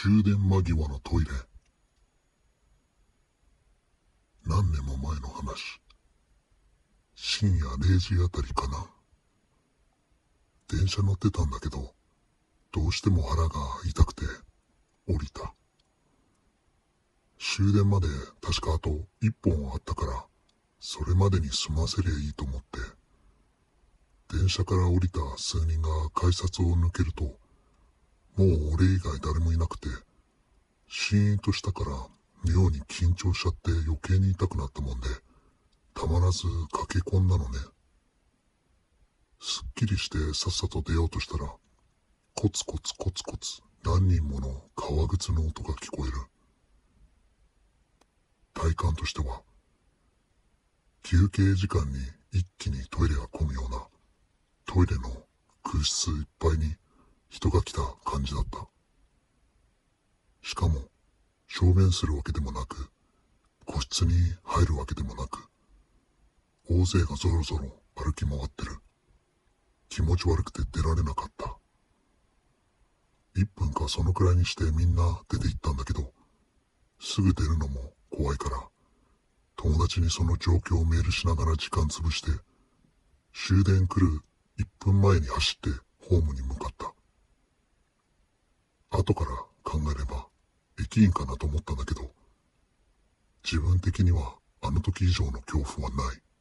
終電間際のトイレ。何年も前の話。深夜0時あたりかな。電車乗ってたんだけど、どうしても腹が痛くて降りた。終電まで確かあと1本あったから、それまでに済ませりゃいいと思って、電車から降りた数人が改札を抜けると、もう俺以外誰もいなくて、シーンとしたから妙に緊張しちゃって余計に痛くなったもんで、たまらず駆け込んだのね。すっきりしてさっさと出ようとしたら、コツコツコツコツ何人もの革靴の音が聞こえる。体感としては、休憩時間に一気にトイレが混むような、トイレの空室いっぱいに人が来た感じだった。しかも、小便するわけでもなく、個室に入るわけでもなく、大勢がぞろぞろ歩き回ってる。気持ち悪くて出られなかった。1分かそのくらいにしてみんな出て行ったんだけど、すぐ出るのも怖いから、友達にその状況をメールしながら時間潰して、終電来る1分前に走ってホームに向かった。後から考えれば駅員かなと思ったんだけど、自分的にはあの時以上の恐怖はない。